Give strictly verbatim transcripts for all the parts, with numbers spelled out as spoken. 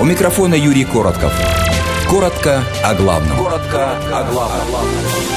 У микрофона Юрий Коротков. Коротко о главном. Коротко о главном.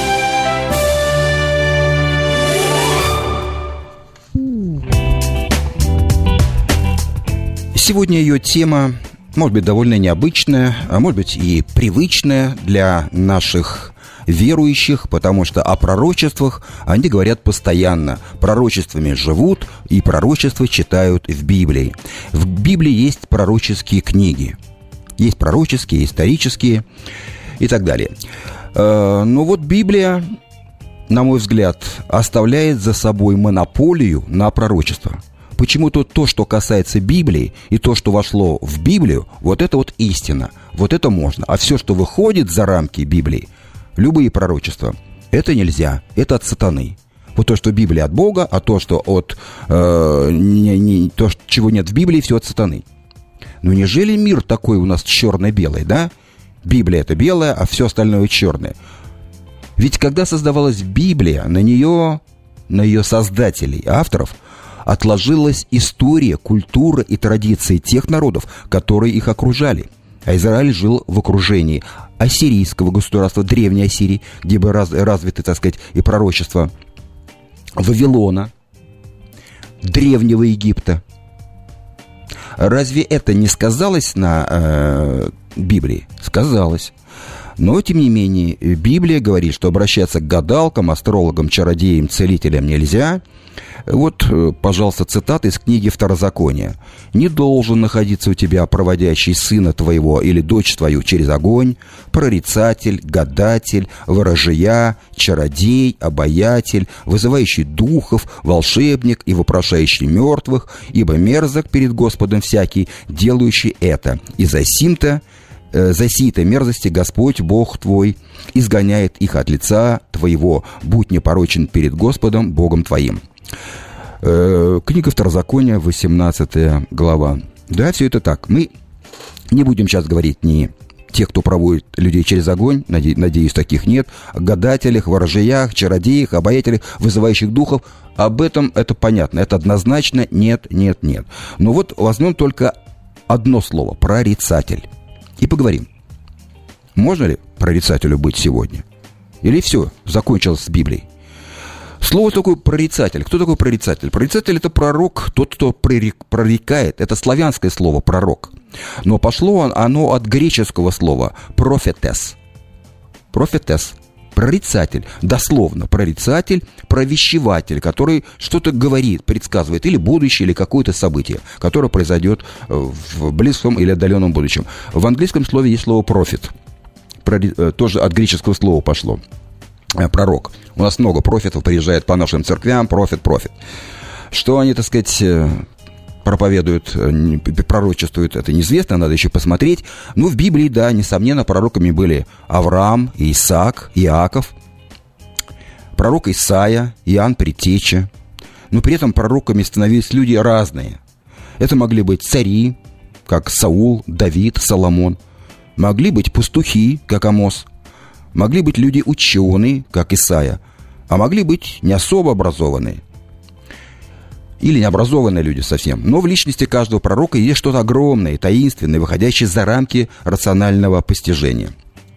Сегодня ее тема, может быть, довольно необычная, а может быть и привычная для наших верующих, потому что о пророчествах они говорят постоянно. Пророчествами живут и пророчества читают в Библии. В Библии есть пророческие книги. Есть пророческие, исторические и так далее. Но вот Библия, на мой взгляд, оставляет за собой монополию на пророчество. Почему-то то, что касается Библии, и то, что вошло в Библию, вот это вот истина, вот это можно. А все, что выходит за рамки Библии, любые пророчества, это нельзя, это от сатаны. Вот то, что Библия от Бога, а то, что от э, не, не, то, чего нет в Библии, все от сатаны. Ну, нежели мир такой у нас черно-белый, да? Библия — это белая, а все остальное черное. Ведь когда создавалась Библия, на нее, на ее создателей, авторов, отложилась история, культура и традиции тех народов, которые их окружали. А Израиль жил в окружении ассирийского государства, древней Ассирии, где были раз, развиты, так сказать, и пророчества, Вавилона, древнего Египта. Разве это не сказалось на э, Библии? Сказалось. Но, тем не менее, Библия говорит, что обращаться к гадалкам, астрологам, чародеям, целителям нельзя. Вот, пожалуйста, цитата из книги Второзакония. «Не должен находиться у тебя проводящий сына твоего или дочь твою через огонь, прорицатель, гадатель, ворожия, чародей, обаятель, вызывающий духов, волшебник и вопрошающий мертвых, ибо мерзок перед Господом всякий, делающий это. И за сим-то За сии-то мерзости Господь, Бог твой, изгоняет их от лица твоего. Будь непорочен перед Господом, Богом твоим». Э, книга Второзакония, восемнадцатая глава. Да, все это так. Мы не будем сейчас говорить ни тех, кто проводит людей через огонь, наде- надеюсь, таких нет, о гадателях, ворожеях, чародеях, обаятелях, вызывающих духов. Об этом это понятно. Это однозначно нет, нет, нет. Но вот возьмем только одно слово – прорицатель. И поговорим, можно ли прорицателю быть сегодня? Или все, закончилось с Библией? Слово такое прорицатель. Кто такой прорицатель? Прорицатель — это пророк, тот, кто прорекает. Это славянское слово пророк. Но пошло оно от греческого слова пропhetess. Пропhetess. Прорицатель. Дословно прорицатель, провещеватель, который что-то говорит, предсказывает или будущее, или какое-то событие, которое произойдет в близком или отдаленном будущем. В английском слове есть слово prophet. Тоже от греческого слова пошло. Пророк. У нас много профетов приезжает по нашим церквям. Профет, профет. Что они, так сказать, проповедуют, пророчествуют, это неизвестно, надо еще посмотреть. Ну, в Библии, да, несомненно, пророками были Авраам, Исаак, Иаков, пророк Исаия, Иоанн Предтеча. Но при этом пророками становились люди разные. Это могли быть цари, как Саул, Давид, Соломон. Могли быть пастухи, как Амос. Могли быть люди ученые, как Исаия. А могли быть не особо образованные. Или необразованные люди совсем. Но в личности каждого пророка есть что-то огромное, таинственное, выходящее за рамки рационального постижения.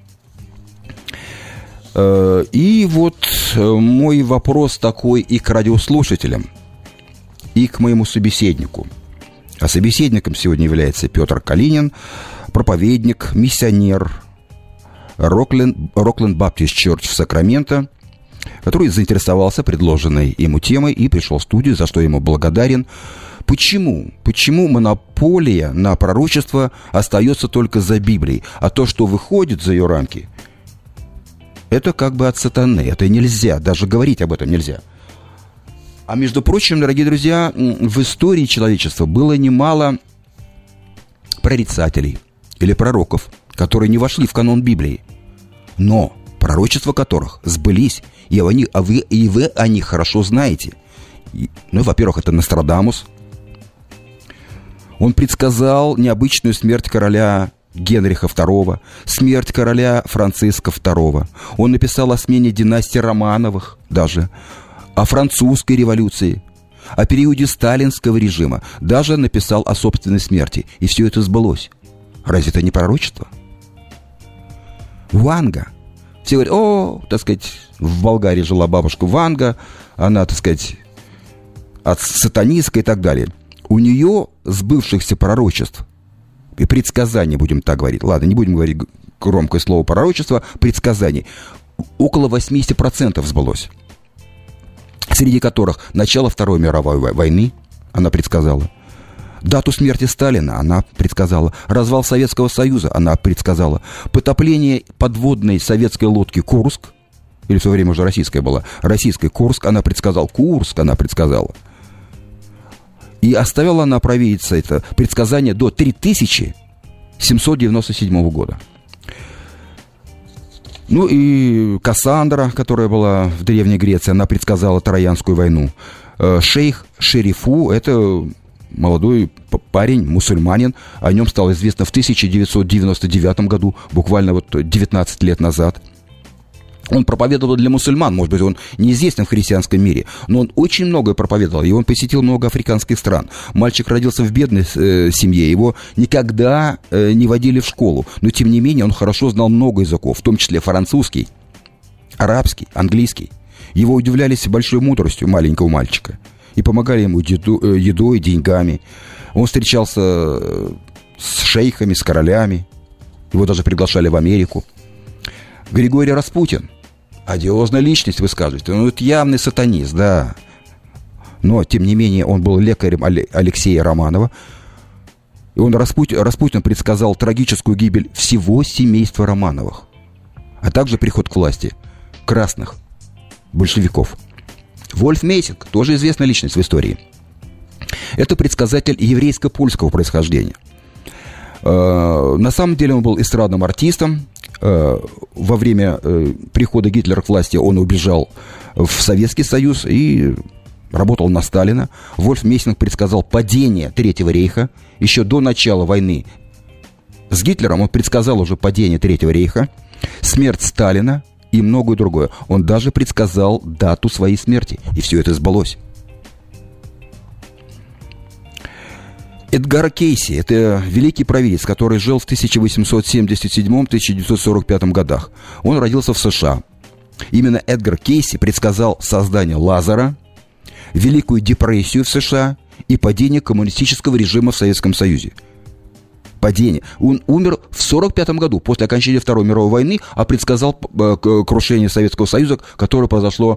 И вот мой вопрос такой и к радиослушателям, и к моему собеседнику. А собеседником сегодня является Петр Калинин, проповедник, миссионер Рокленд, Рокленд Баптист Чёрч в Сакраменто, который заинтересовался предложенной ему темой и пришел в студию, за что ему благодарен. Почему? Почему монополия на пророчество остается только за Библией, а то, что выходит за ее рамки, это как бы от сатаны. Это нельзя, даже говорить об этом нельзя. А между прочим, дорогие друзья, в истории человечества было немало прорицателей или пророков, которые не вошли в канон Библии, но пророчества которых сбылись, и, они, а вы, и вы о них хорошо знаете. И, ну, во-первых, это Нострадамус. Он предсказал необычную смерть короля Генриха второго, смерть короля Франциска второго. Он написал о смене династии Романовых даже, о французской революции, о периоде сталинского режима. Даже написал о собственной смерти. И все это сбылось. Разве это не пророчество? Ванга. Все говорят, о, так сказать, в Болгарии жила бабушка Ванга, она, так сказать, от сатанистка и так далее. У нее сбывшихся пророчеств и предсказаний, будем так говорить, ладно, не будем говорить громкое слово пророчество, предсказаний, около восемьдесят процентов сбылось. Среди которых начало Второй мировой войны она предсказала, дату смерти Сталина она предсказала, развал Советского Союза она предсказала, потопление подводной советской лодки «Курск», или в свое время уже российская была, российская «Курск» она предсказала, «Курск» она предсказала. И оставила она провидеться это предсказание до три тысячи семьсот девяносто седьмого года. Ну и Кассандра, которая была в Древней Греции, она предсказала Троянскую войну. Шейх Шерифу, это молодой парень, мусульманин, о нем стало известно в тысяча девятьсот девяносто девятом году, буквально вот девятнадцать лет назад. Он проповедовал для мусульман, может быть, он неизвестен в христианском мире, но он очень многое проповедовал, и он посетил много африканских стран. Мальчик родился в бедной э, семье, его никогда э, не водили в школу, но, тем не менее, он хорошо знал много языков, в том числе французский, арабский, английский. Его удивлялись большой мудростью маленького мальчика и помогали ему еду, э, едой, деньгами. Он встречался э, с шейхами, с королями, его даже приглашали в Америку. Григорий Распутин, одиозная личность, вы скажете, ну это явный сатанист, да. Но, тем не менее, он был лекарем Алексея Романова. И он, Распутин, Распутин предсказал трагическую гибель всего семейства Романовых, а также приход к власти красных большевиков. Вольф Мессинг, тоже известная личность в истории. Это предсказатель еврейско-польского происхождения. На самом деле он был эстрадным артистом. Во время прихода Гитлера к власти он убежал в Советский Союз и работал на Сталина. Вольф Мессинг предсказал падение Третьего рейха. Еще до начала войны с Гитлером он предсказал уже падение Третьего рейха, смерть Сталина и многое другое. Он даже предсказал дату своей смерти. И все это сбылось. Эдгар Кейси – это великий провидец, который жил в тысяча восемьсот семьдесят седьмом — тысяча девятьсот сорок пятом годах. Он родился в США. Именно Эдгар Кейси предсказал создание лазера, Великую депрессию в США и падение коммунистического режима в Советском Союзе. Падение. Он умер в сорок пятом году, после окончания Второй мировой войны, а предсказал крушение Советского Союза, которое произошло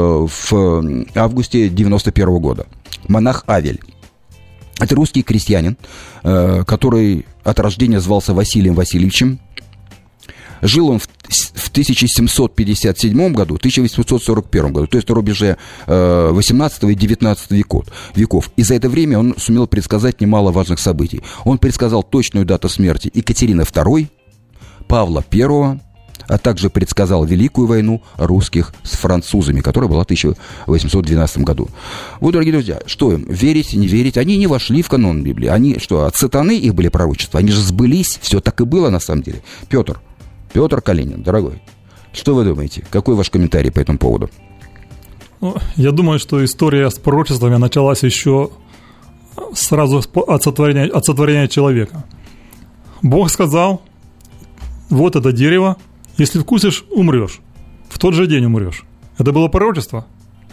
в августе девяносто первого года. Монах Авель. Это русский крестьянин, который от рождения звался Василием Васильевичем. Жил он в тысяча семьсот пятьдесят седьмом году, тысяча восемьсот сорок первом году, то есть на рубеже восемнадцатого и девятнадцатого веков. И за это время он сумел предсказать немало важных событий. Он предсказал точную дату смерти Екатерины второй, Павла первого, а также предсказал Великую войну русских с французами, которая была в тысяча восемьсот двенадцатом году. Вот, дорогие друзья, что им, верить, не верить? Они не вошли в канон Библии. Они что, от сатаны их были пророчества? Они же сбылись, все так и было на самом деле. Петр, Петр Калинин, дорогой, что вы думаете? Какой ваш комментарий по этому поводу? Ну, я думаю, что история с пророчествами началась еще сразу от сотворения, от сотворения человека. Бог сказал, вот это дерево, если вкусишь, умрешь. В тот же день умрешь. Это было пророчество?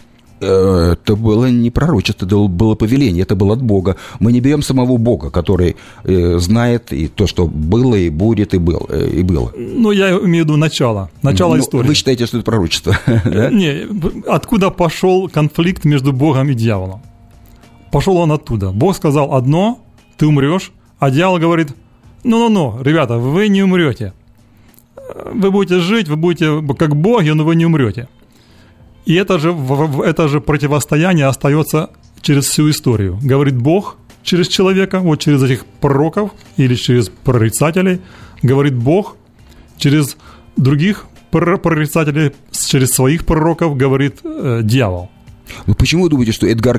Это было не пророчество, это было повеление, это было от Бога. Мы не берем самого Бога, который э, знает и то, что было, и будет, и, был, э, и было. Ну, я имею в виду начало, начало ну, истории. Вы считаете, что это пророчество? Не, откуда пошел конфликт между Богом и дьяволом? Пошел он оттуда. Бог сказал одно, ты умрешь, а дьявол говорит, ну-ну-ну, ребята, вы не умрете. Вы будете жить, вы будете как боги, но вы не умрете. И это же, это же противостояние остается через всю историю. Говорит Бог через человека, вот через этих пророков или через прорицателей. Говорит Бог через других прорицателей, через своих пророков говорит э, дьявол. Ну почему вы думаете, что Эдгар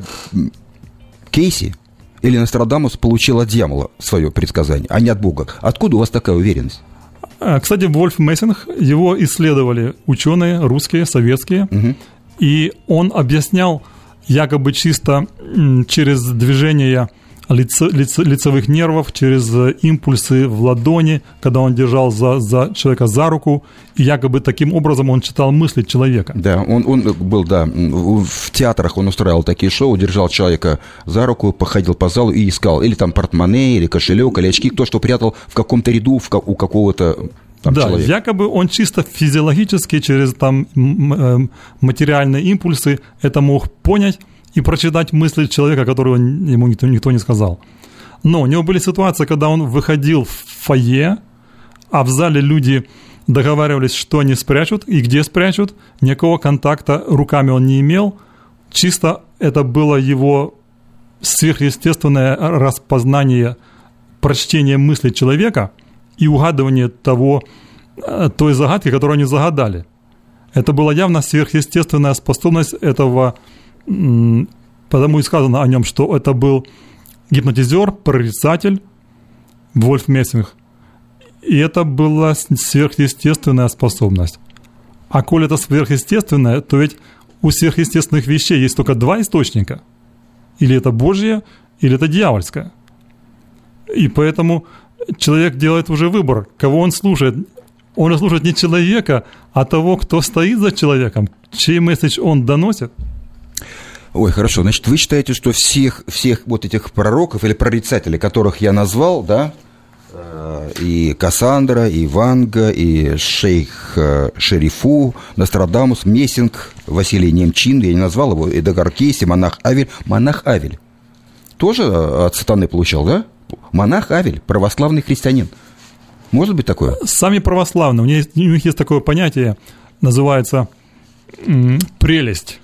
Кейси или Нострадамус получил от дьявола свое предсказание, а не от Бога? Откуда у вас такая уверенность? Кстати, Вольф Мессинг, его исследовали ученые русские, советские, угу. И он объяснял якобы чисто через движение лице, лице, лицевых нервов, через импульсы в ладони, когда он держал за, за человека за руку, и якобы таким образом он читал мысли человека. Да, он, он был, да, в театрах он устраивал такие шоу, держал человека за руку, походил по залу и искал или там портмоне, или кошелек, или очки, то, что прятал в каком-то ряду в, у какого-то там да, человека. Якобы он чисто физиологически через там материальные импульсы это мог понять и прочитать мысли человека, которого ему никто, никто не сказал. Но у него были ситуации, когда он выходил в фойе, а в зале люди договаривались, что они спрячут и где спрячут. Никакого контакта руками он не имел. Чисто это было его сверхъестественное распознание, прочтение мыслей человека и угадывание того, той загадки, которую они загадали. Это была явно сверхъестественная способность этого. Потому и сказано о нем, что это был гипнотизер, прорицатель Вольф Мессинг. И это была сверхъестественная способность. А коль это сверхъестественное, то ведь у сверхъестественных вещей есть только два источника. Или это Божье, или это дьявольское. И поэтому человек делает уже выбор, кого он слушает. Он же слушает не человека, а того, кто стоит за человеком, чей месседж он доносит. Ой, хорошо. Значит, вы считаете, что всех, всех вот этих пророков или прорицателей, которых я назвал, да, и Кассандра, и Ванга, и шейх Шерифу, Нострадамус, Мессинг, Василий Немчин, я не назвал его, Эдгар Кейси, монах Авель. Монах Авель тоже от сатаны получал, да? Монах Авель, православный христианин. Может быть такое? Сами православные. У них, у них есть такое понятие, называется м, прелесть.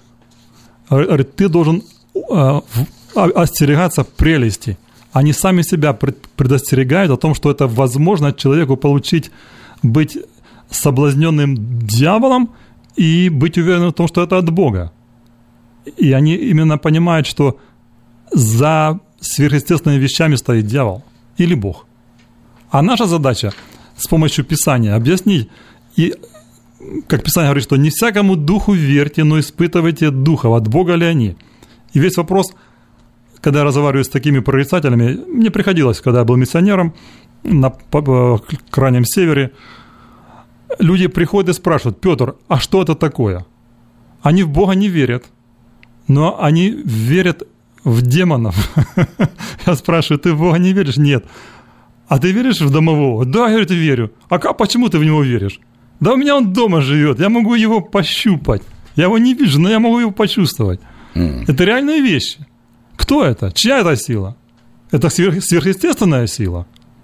Ты должен э, остерегаться прелести. Они сами себя предостерегают о том, что это возможно человеку получить, быть соблазненным дьяволом и быть уверенным в том, что это от Бога. И они именно понимают, что за сверхъестественными вещами стоит дьявол или Бог. А наша задача с помощью Писания объяснить, и как Писание говорит, что не всякому духу верьте, но испытывайте духов, от Бога ли они. И весь вопрос, когда я разговариваю с такими прорицателями, мне приходилось, когда я был миссионером на крайнем севере, люди приходят и спрашивают: Петр, а что это такое? Они в Бога не верят, но они верят в демонов. Я спрашиваю: ты в Бога не веришь? Нет. А ты веришь в домового? Да, я говорю, верю. А почему ты в него веришь? Да у меня он дома живет, я могу его пощупать. Я его не вижу, но я могу его почувствовать. Mm. Это реальные вещи. Кто это? Чья это сила? Это сверх, сверхъестественная сила.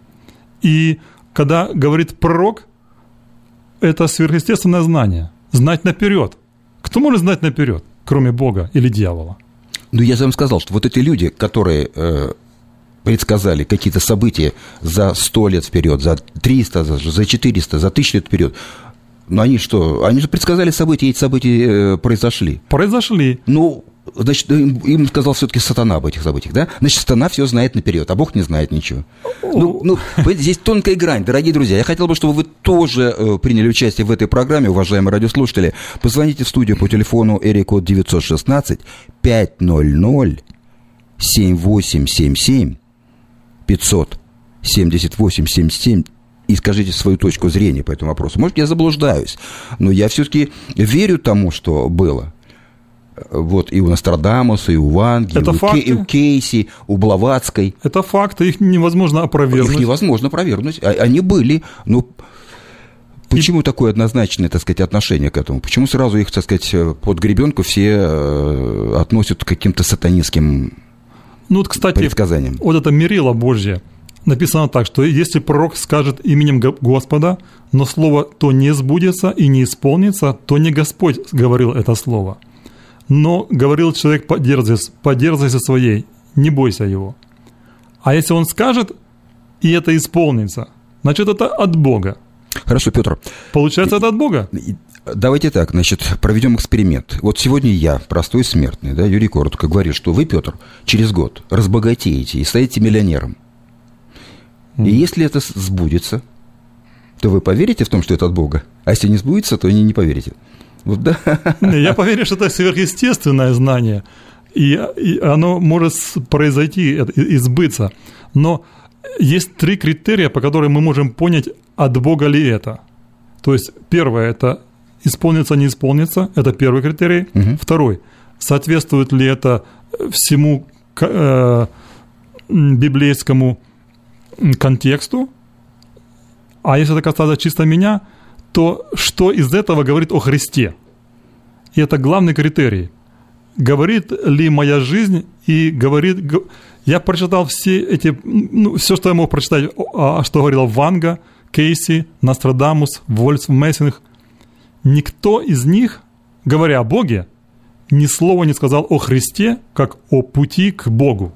И когда говорит пророк, это сверхъестественное знание. Знать наперед. Кто может знать наперед, кроме Бога или дьявола? Ну, я вам сказал, что вот эти люди, которые э, предсказали какие-то события за сто лет вперед, за триста, за, за четыреста, за тысячу лет вперед, ну, они что? Они же предсказали события, и эти события э, произошли. Произошли. Ну, значит, им, им сказал все-таки сатана об этих событиях, да? Значит, сатана все знает наперед, а Бог не знает ничего. Ну, ну, здесь тонкая грань, дорогие друзья. Я хотел бы, чтобы вы тоже э, приняли участие в этой программе, уважаемые радиослушатели. Позвоните в студию по телефону эрикод девятьсот шестнадцать пятьсот семьдесят восемь семьдесят семь пятьсот семьдесят восемь семьдесят семь и скажите свою точку зрения по этому вопросу. Может, я заблуждаюсь, но я все-таки верю тому, что было. Вот и у Нострадамуса, и у Ванги, это и у, Кей, и у Кейси, у Блаватской. Это факты, их невозможно опровергнуть. Их невозможно опровергнуть. Они были, но почему и... такое однозначное, так сказать, отношение к этому? Почему сразу их, так сказать, под гребенку все относят к каким-то сатанинским ну, вот, кстати, предсказаниям? Вот это мерило Божье. Написано так, что если пророк скажет именем Господа, но слово то не сбудется и не исполнится, то не Господь говорил это слово. Но говорил человек по дерзости, по дерзости своей, не бойся его. А если он скажет, и это исполнится, значит, это от Бога. Хорошо, Петр. Получается, это от Бога? Давайте так, значит, проведем эксперимент. Вот сегодня я, простой смертный, да, Юрий Коротко, говорю, что вы, Петр, через год разбогатеете и станете миллионером. И если это сбудется, то вы поверите в том, что это от Бога? А если не сбудется, то не, не поверите. Вот, да. Я поверю, что это сверхъестественное знание. и, и оно может произойти и сбыться. Но есть три критерия, по которым мы можем понять, от Бога ли это. То есть первое – это исполнится, не исполнится, это первый критерий. Угу. Второй – соответствует ли это всему э, библейскому контексту. А если это касается чисто меня, то что из этого говорит о Христе? И это главный критерий. Говорит ли моя жизнь и говорит... Я прочитал все эти... Ну, все, что я мог прочитать, что говорил Ванга, Кейси, Нострадамус, Вольф Мессинг. Никто из них, говоря о Боге, ни слова не сказал о Христе, как о пути к Богу.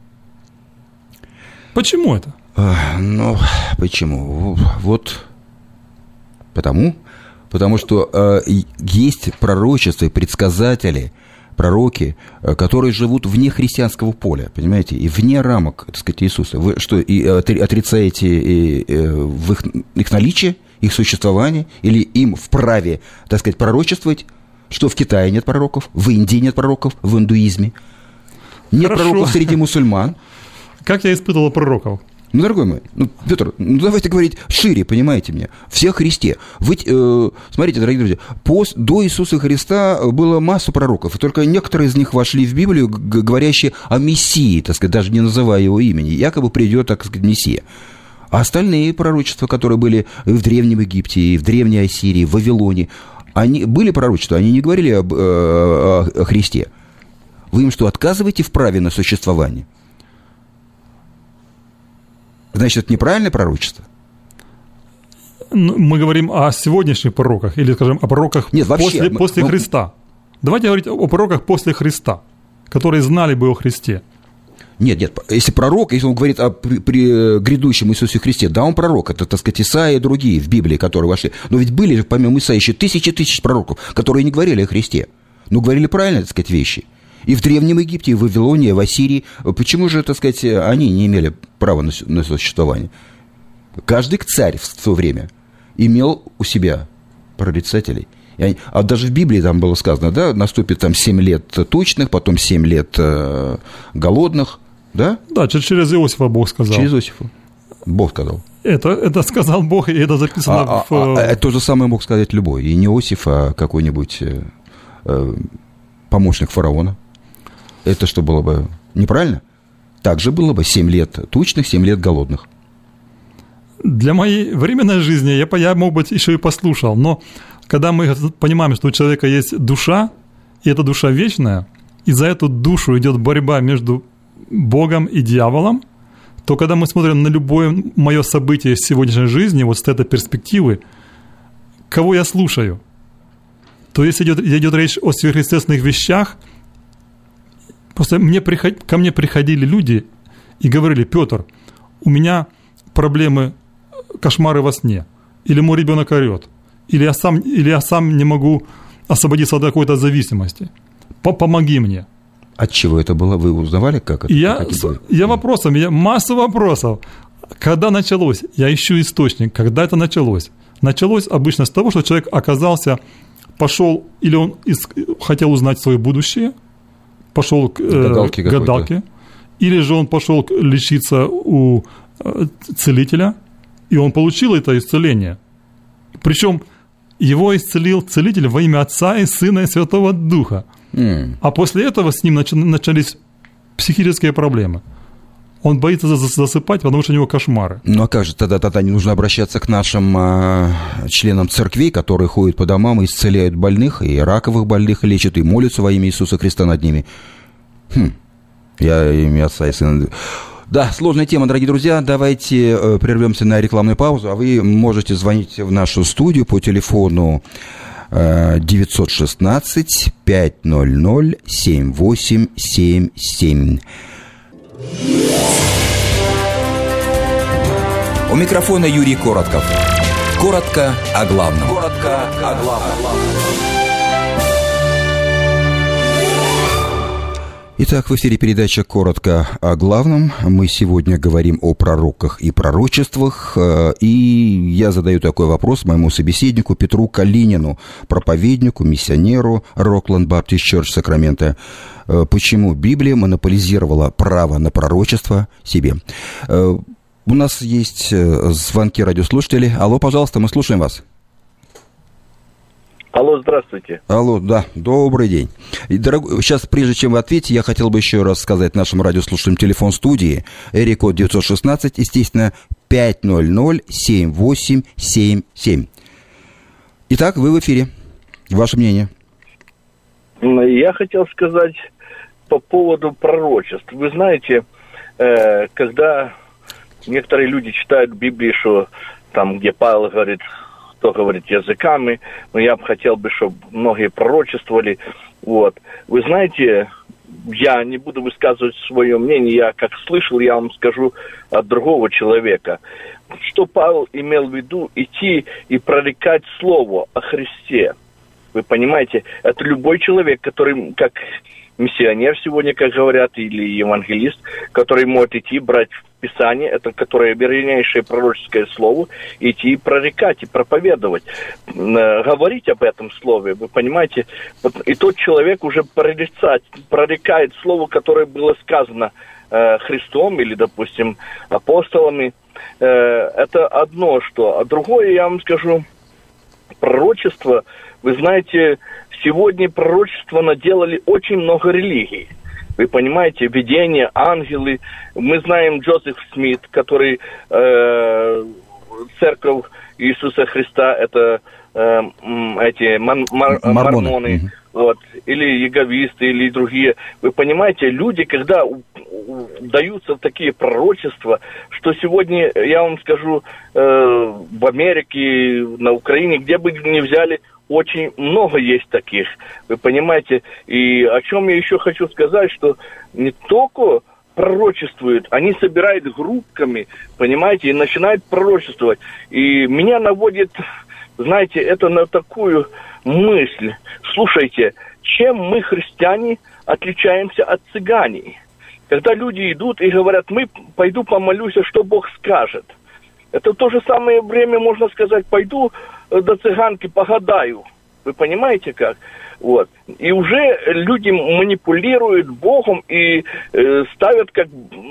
Почему это? Ну, почему? Вот потому, потому что э, есть пророчества и предсказатели, пророки, которые живут вне христианского поля, понимаете, и вне рамок, так сказать, Иисуса. Вы что, и отрицаете и, и, в их, их наличие, их существование, или им вправе, так сказать, пророчествовать, что в Китае нет пророков, в Индии нет пророков, в индуизме, нет Хорошо. пророков среди мусульман. Как я испытывал пророков? Ну, дорогой мой, ну, Петр, ну давайте говорить шире, понимаете меня, все о Христе. Вы, э, смотрите, дорогие друзья, пос, до Иисуса Христа было массу пророков, и только некоторые из них вошли в Библию, г- говорящие о Мессии, так сказать, даже не называя его имени, якобы придет, так сказать, Мессия. А остальные пророчества, которые были в Древнем Египте, и в Древней Ассирии, в Вавилоне, они были пророчества, они не говорили об, э, о, о Христе. Вы им что, отказываете в праве на существование? Значит, это неправильное пророчество? Мы говорим о сегодняшних пророках, или, скажем, о пророках Нет, вообще, после, мы, после мы... Христа. Давайте говорить о пророках после Христа, которые знали бы о Христе. Нет, нет, если пророк, если он говорит о при, при грядущем Иисусе Христе, да, он пророк, это, так сказать, Исаия и другие в Библии, которые вошли. Но ведь были же, помимо Исаии, еще тысячи тысяч пророков, которые не говорили о Христе, но говорили правильно, так сказать, вещи. И в Древнем Египте, и в Вавилоне, и в Ассирии. Почему же, так сказать, они не имели права на, на существование? Каждый царь в то время имел у себя прорицателей. И они, а даже в Библии там было сказано, да, наступит там семь лет тучных, потом семь лет э, голодных, да? Да, через Иосифа Бог сказал. Через Иосифа Бог сказал. Это, это сказал Бог, и это записано а, в... А, а, а, то же самое мог сказать любой. И не Иосиф, а какой-нибудь э, э, помощник фараона. Это что, было бы неправильно? Также было бы семь лет тучных, семь лет голодных. Для моей временной жизни я, я, может быть, еще и послушал, но когда мы понимаем, что у человека есть душа, и эта душа вечная, и за эту душу идет борьба между Богом и дьяволом, то когда мы смотрим на любое мое событие сегодняшней жизни, вот с этой перспективы, кого я слушаю, то если идет, идет речь о сверхъестественных вещах, просто мне приход... ко мне приходили люди и говорили: Петр, у меня проблемы, кошмары во сне, или мой ребенок орет, или я сам, или я сам не могу освободиться от какой-то зависимости. Помоги мне. От чего это было? Вы узнавали, как это? Я, как это я вопросом, я массу вопросов. Когда началось? Я ищу источник. Когда это началось? Началось обычно с того, что человек оказался, пошел, или он из, хотел узнать свое будущее, пошел к гадалке, э, гадалке, или же он пошел лечиться у э, целителя, и он получил это исцеление. Причем его исцелил целитель во имя Отца и Сына и Святого Духа. Mm. А после этого с ним начались психические проблемы. Он боится засыпать, потому что у него кошмары. Ну а как же тогда, тогда не нужно обращаться к нашим э, членам церквей, которые ходят по домам и исцеляют больных, и раковых больных лечат, и молятся во имя Иисуса Христа над ними. Хм. Я имя Отца и Сына. Да, сложная тема, дорогие друзья. Давайте э, прервемся на рекламную паузу, а вы можете звонить в нашу студию по телефону э, девятьсот шестнадцать пятьсот семь восемь семь семь. У микрофона Юрий Коротков. Коротко о главном. Коротко о главном. Итак, в эфире передача «Коротко о главном». Мы сегодня говорим о пророках и пророчествах. И я задаю такой вопрос моему собеседнику Петру Калинину, проповеднику, миссионеру Rockland Baptist Church Сакраменто. Почему Библия монополизировала право на пророчество себе? У нас есть звонки радиослушателей. Алло, пожалуйста, мы слушаем вас. Алло, здравствуйте. Алло, да, добрый день. И, дорогой, сейчас, прежде чем вы ответите, я хотел бы еще раз сказать нашим радиослушателям телефон студии. Эрикод девятьсот шестнадцать, естественно, пятьсот семь восемь семь семь. Итак, вы в эфире. Ваше мнение. Я хотел сказать по поводу пророчеств. Вы знаете, когда некоторые люди читают в Библии, что там, где Павел говорит... кто говорит языками, но я бы хотел бы, чтобы многие пророчествовали. Вот. Вы знаете, я не буду высказывать свое мнение, я как слышал, я вам скажу от другого человека. Что Павел имел в виду идти и прорекать слово о Христе. Вы понимаете, это любой человек, который, как миссионер сегодня, как говорят, или евангелист, который может идти, брать Писание, это которое вернейшее пророческое слово, идти и прорекать, и проповедовать, говорить об этом слове, вы понимаете, и тот человек уже прорицать, прорекает слово, которое было сказано э, Христом или, допустим, апостолами. Э, это одно что. А другое, я вам скажу, пророчество, вы знаете, сегодня пророчество наделали очень много религий. Вы понимаете, видение, ангелы. Мы знаем Джозеф Смит, который э, церковь Иисуса Христа, это э, эти мар, мар, мормоны, мормоны mm-hmm. вот, или яговисты, или другие. Вы понимаете, люди, когда даются такие пророчества, что сегодня, я вам скажу, э, в Америке, на Украине, где бы ни взяли, очень много есть таких, вы понимаете. И о чем я еще хочу сказать, что не только пророчествуют, они собирают группками, понимаете, и начинают пророчествовать. И меня наводит, знаете, это на такую мысль. Слушайте, чем мы, христиане, отличаемся от цыганей? Когда люди идут и говорят, мы пойду помолюсь, что Бог скажет. Это в то же самое время, можно сказать, пойду до цыганки погадаю. Вы понимаете как? Вот. И уже люди манипулируют Богом и э, ставят, как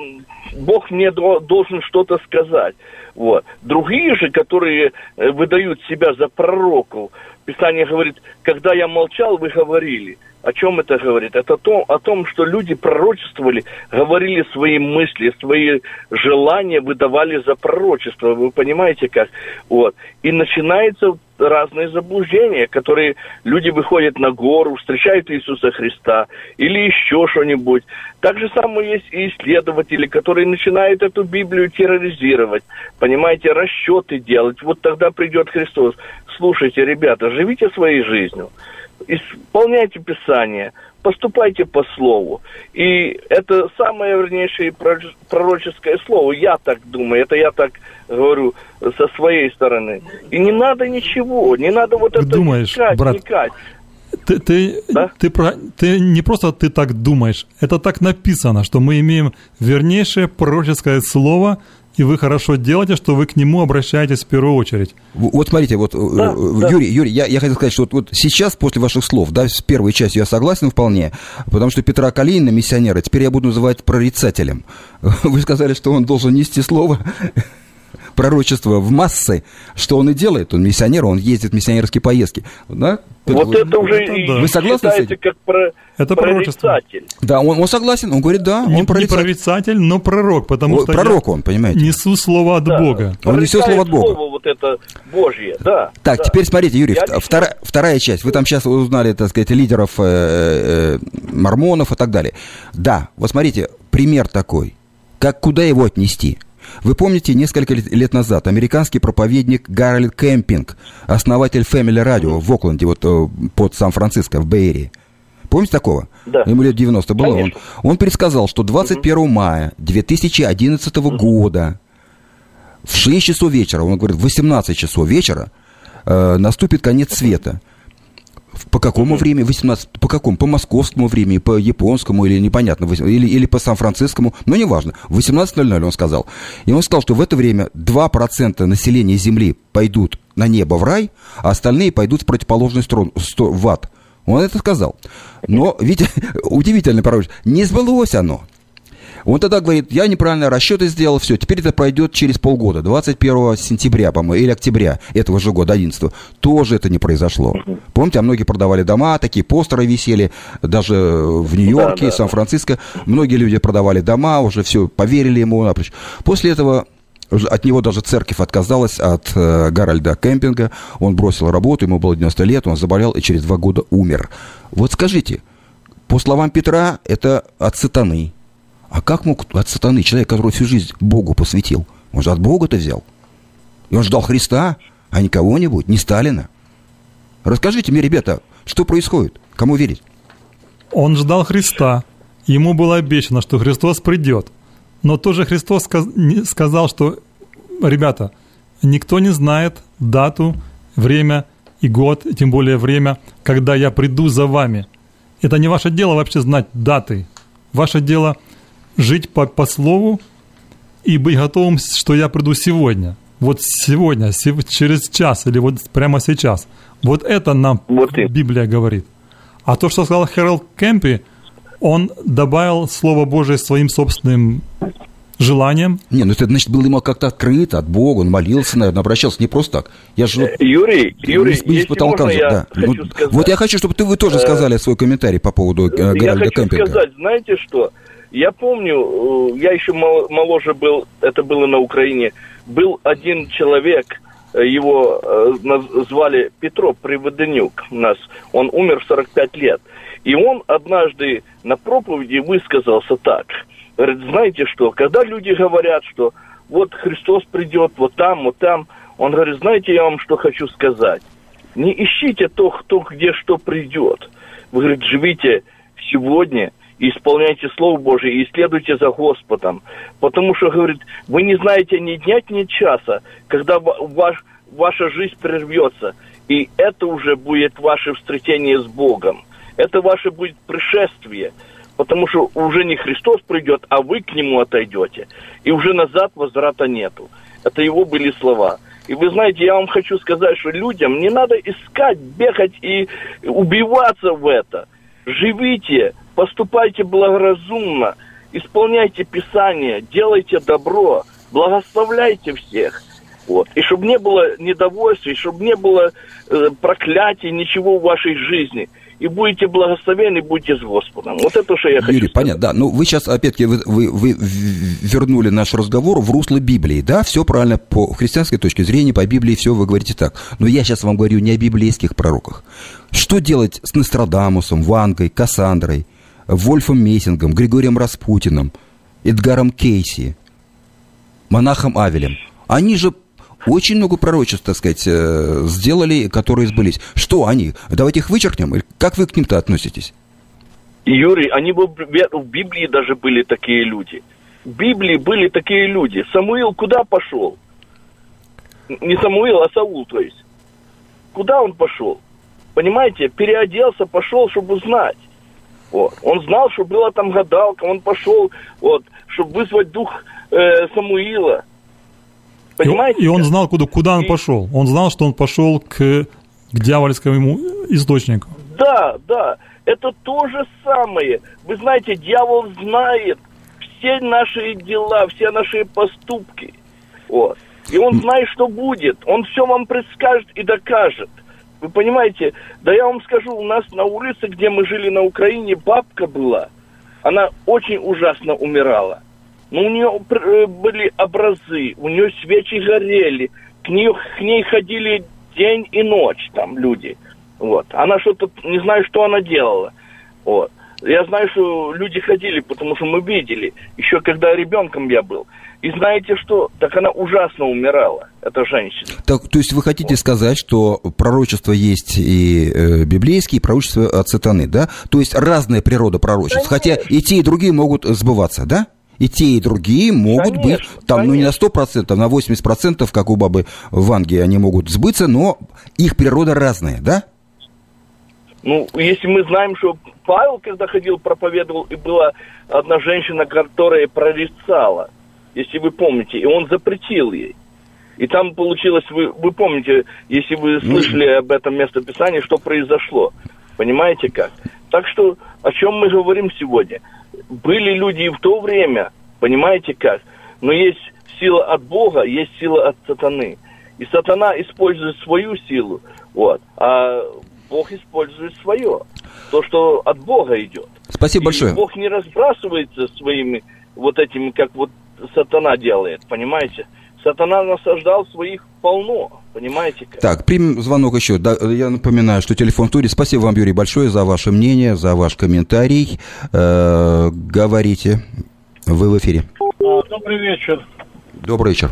Бог мне до, должен что-то сказать. Вот. Другие же, которые э, выдают себя за пророков, Писание говорит, когда я молчал, вы говорили. О чем это говорит? Это то, о том, что люди пророчествовали, говорили свои мысли, свои желания выдавали за пророчество. Вы понимаете как? Вот. И начинается разные заблуждения, которые люди выходят на гору, встречают Иисуса Христа или еще что-нибудь. Так же самое есть и исследователи, которые начинают эту Библию терроризировать, понимаете, расчеты делать. Вот тогда придет Христос. Слушайте, ребята, живите своей жизнью. Исполняйте Писание, поступайте по Слову. И это самое вернейшее пророческое слово. Я так думаю, это я так говорю со своей стороны. И не надо ничего, не надо вот это думаешь, искать, брат, никать. Ты, ты, да? ты, про, ты не просто ты так думаешь, это так написано, что мы имеем вернейшее пророческое слово, и вы хорошо делаете, что вы к нему обращаетесь в первую очередь. Вот смотрите, вот, да, Юрий, да. Юрий, я, я хотел сказать, что вот, вот сейчас, после ваших слов, да, с первой частью я согласен вполне, потому что Петра Калинина, миссионера, теперь я буду называть прорицателем. Вы сказали, что он должен нести слово, пророчество в массы, что он и делает. Он миссионер, он ездит в миссионерские поездки. Да? Вот вы, это уже это, и да. Вы согласны с этим? как про, это прорицатель. Да, он, он согласен, он говорит, да, не, он прорицатель. Не прорицатель, но пророк, потому О, что пророк я он, понимаете? несу слово от да. Бога. Он несет слово от Бога. Слово вот это Божье, да. Так, да. теперь смотрите, Юрий, Я вторая, вторая часть. Вы там сейчас узнали, так сказать, лидеров э, э, мормонов и так далее. Да, вот смотрите, пример такой. Как, куда его отнести? Вы помните, несколько лет назад американский проповедник Гарольд Кемпинг, основатель Family Radio в Окленде, вот под Сан-Франциско, в Бэй-Эрии. Помните такого? Да. Ему лет девяносто было. Он, он предсказал, что двадцать первого мая две тысячи одиннадцатого года в шесть часов вечера, он говорит, в восемнадцать часов вечера э, наступит конец света. По какому mm-hmm. времени? восемнадцать По какому? По московскому времени, по японскому или непонятно, или, или по сан-францискому, но неважно. В восемнадцать ноль ноль он сказал. И он сказал, что в это время два процента населения Земли пойдут на небо в рай, а остальные пойдут в противоположную сторону, в ад. Он это сказал. Но, видите, удивительное пророчество. Не сбылось оно. Он тогда говорит, я неправильно расчеты сделал, все, теперь это пройдет через полгода, двадцать первого сентября, по-моему, или октября этого же года, одиннадцатого, тоже это не произошло. Помните, а многие продавали дома, такие постеры висели, даже в Нью-Йорке, да, да. Сан-Франциско, многие люди продавали дома, уже все, поверили ему. После этого от него даже церковь отказалась от э, Гарольда Кемпинга, он бросил работу, ему было девяносто лет, он заболел и через два года умер. Вот скажите, по словам Петра, это от сатаны. А как мог от сатаны человек, который всю жизнь Богу посвятил? Он же от Бога-то взял. И он ждал Христа, а не кого-нибудь, не Сталина. Расскажите мне, ребята, что происходит? Кому верить? Он ждал Христа. Ему было обещано, что Христос придет. Но тоже Христос сказал, что, ребята, никто не знает дату, время и год, тем более время, когда я приду за вами. Это не ваше дело вообще знать даты. Ваше дело жить по, по слову и быть готовым, что я приду сегодня. Вот сегодня, через час или вот прямо сейчас. Вот это нам вот Библия говорит. А то, что сказал Хэролд Кемпи, он добавил Слово Божие своим собственным желанием. Не, ну это, значит, было ему как-то открыто от Бога, он молился, наверное, обращался не просто так. Я же, Юрий, Юрий, не, не если можно, я да. хочу вот, сказать. Вот я хочу, чтобы ты, вы тоже сказали свой комментарий по поводу э, Гарольда Кемпинга. Я хочу сказать, знаете что? Я помню, я еще моложе был, это было на Украине, был один человек, его звали Петро Приводенюк у нас, он умер в сорок пять лет. И он однажды на проповеди высказался так. Говорит, знаете что, когда люди говорят, что вот Христос придет вот там, вот там, он говорит, знаете, я вам что хочу сказать. Не ищите то, кто где что придет. Вы, говорит, живите сегодня, исполняйте Слово Божие и следуйте за Господом. Потому что, говорит, вы не знаете ни дня, ни часа, когда ваш, ваша жизнь прервется. И это уже будет ваше встретение с Богом. Это ваше будет пришествие. Потому что уже не Христос придет, а вы к Нему отойдете. И уже назад возврата нету. Это его были слова. И вы знаете, я вам хочу сказать, что людям не надо искать, бегать и убиваться в это. Живите, поступайте благоразумно, исполняйте Писание, делайте добро, благословляйте всех. Вот. И чтобы не было недовольствий, чтобы не было э, проклятий, ничего в вашей жизни. И будете благословенны, будете с Господом. Вот это, что я хочу Юрий, сказать. понятно, да. Ну, вы сейчас, опять-таки, вы, вы, вы вернули наш разговор в русло Библии, да? Все правильно по христианской точке зрения, по Библии все вы говорите так. Но я сейчас вам говорю не о библейских пророках. Что делать с Нострадамусом, Вангой, Кассандрой, Вольфом Мессингом, Григорием Распутиным, Эдгаром Кейси, монахом Авелем? Они же очень много пророчеств, так сказать, сделали, которые сбылись. Что они? Давайте их вычеркнем. Как вы к ним-то относитесь? Юрий, они в Библии даже были такие люди. В Библии были такие люди. Самуил куда пошел? Не Самуил, а Саул, то есть. Куда он пошел? Понимаете, переоделся, пошел, чтобы узнать. Вот. Он знал, что была там гадалка, он пошел, вот, чтобы вызвать дух э, Самуила. Понимаете? И, и он знал, куда, куда он и... пошел. Он знал, что он пошел к, к дьявольскому источнику. Да, да. Это то же самое. Вы знаете, дьявол знает все наши дела, все наши поступки. Вот. И он знает, что будет. Он все вам предскажет и докажет. Вы понимаете? Да я вам скажу, у нас на улице, где мы жили на Украине, бабка была. Она очень ужасно умирала. Но у нее были образы, у нее свечи горели, к, нее, к ней ходили день и ночь там люди. Вот. Она что-то, не знаю, что она делала. Вот. Я знаю, что люди ходили, потому что мы видели, еще когда ребенком я был. И знаете что? Так она ужасно умирала, эта женщина. Так, то есть вы хотите вот. сказать, что пророчество есть и э, библейские, и пророчество от сатаны, да? То есть разная природа пророчеств, конечно. Хотя и те, и другие могут сбываться, да? И те, и другие могут конечно, быть, там, конечно. ну, не на сто процентов, на восемьдесят процентов, как у бабы Ванги, они могут сбыться, но их природа разная, да? Ну, если мы знаем, что Павел, когда ходил, проповедовал, и была одна женщина, которая прорицала, если вы помните, и он запретил ей. И там получилось, вы, вы помните, если вы слышали об этом местописании, что произошло. Понимаете как? Так что, о чем мы говорим сегодня? Были люди и в то время, понимаете как? Но есть сила от Бога, есть сила от сатаны. И сатана использует свою силу, вот, а Бог использует свое. То, что от Бога идет. Спасибо и большое. Бог не разбрасывается своими вот этими, как вот сатана делает, понимаете? Сатана насаждал своих полно, понимаете как? Так, примем звонок еще. Да, я напоминаю, что телефон в туре. Спасибо вам, Юрий, большое за ваше мнение, за ваш комментарий. Э-э, говорите. Вы в эфире. Добрый вечер. Добрый вечер.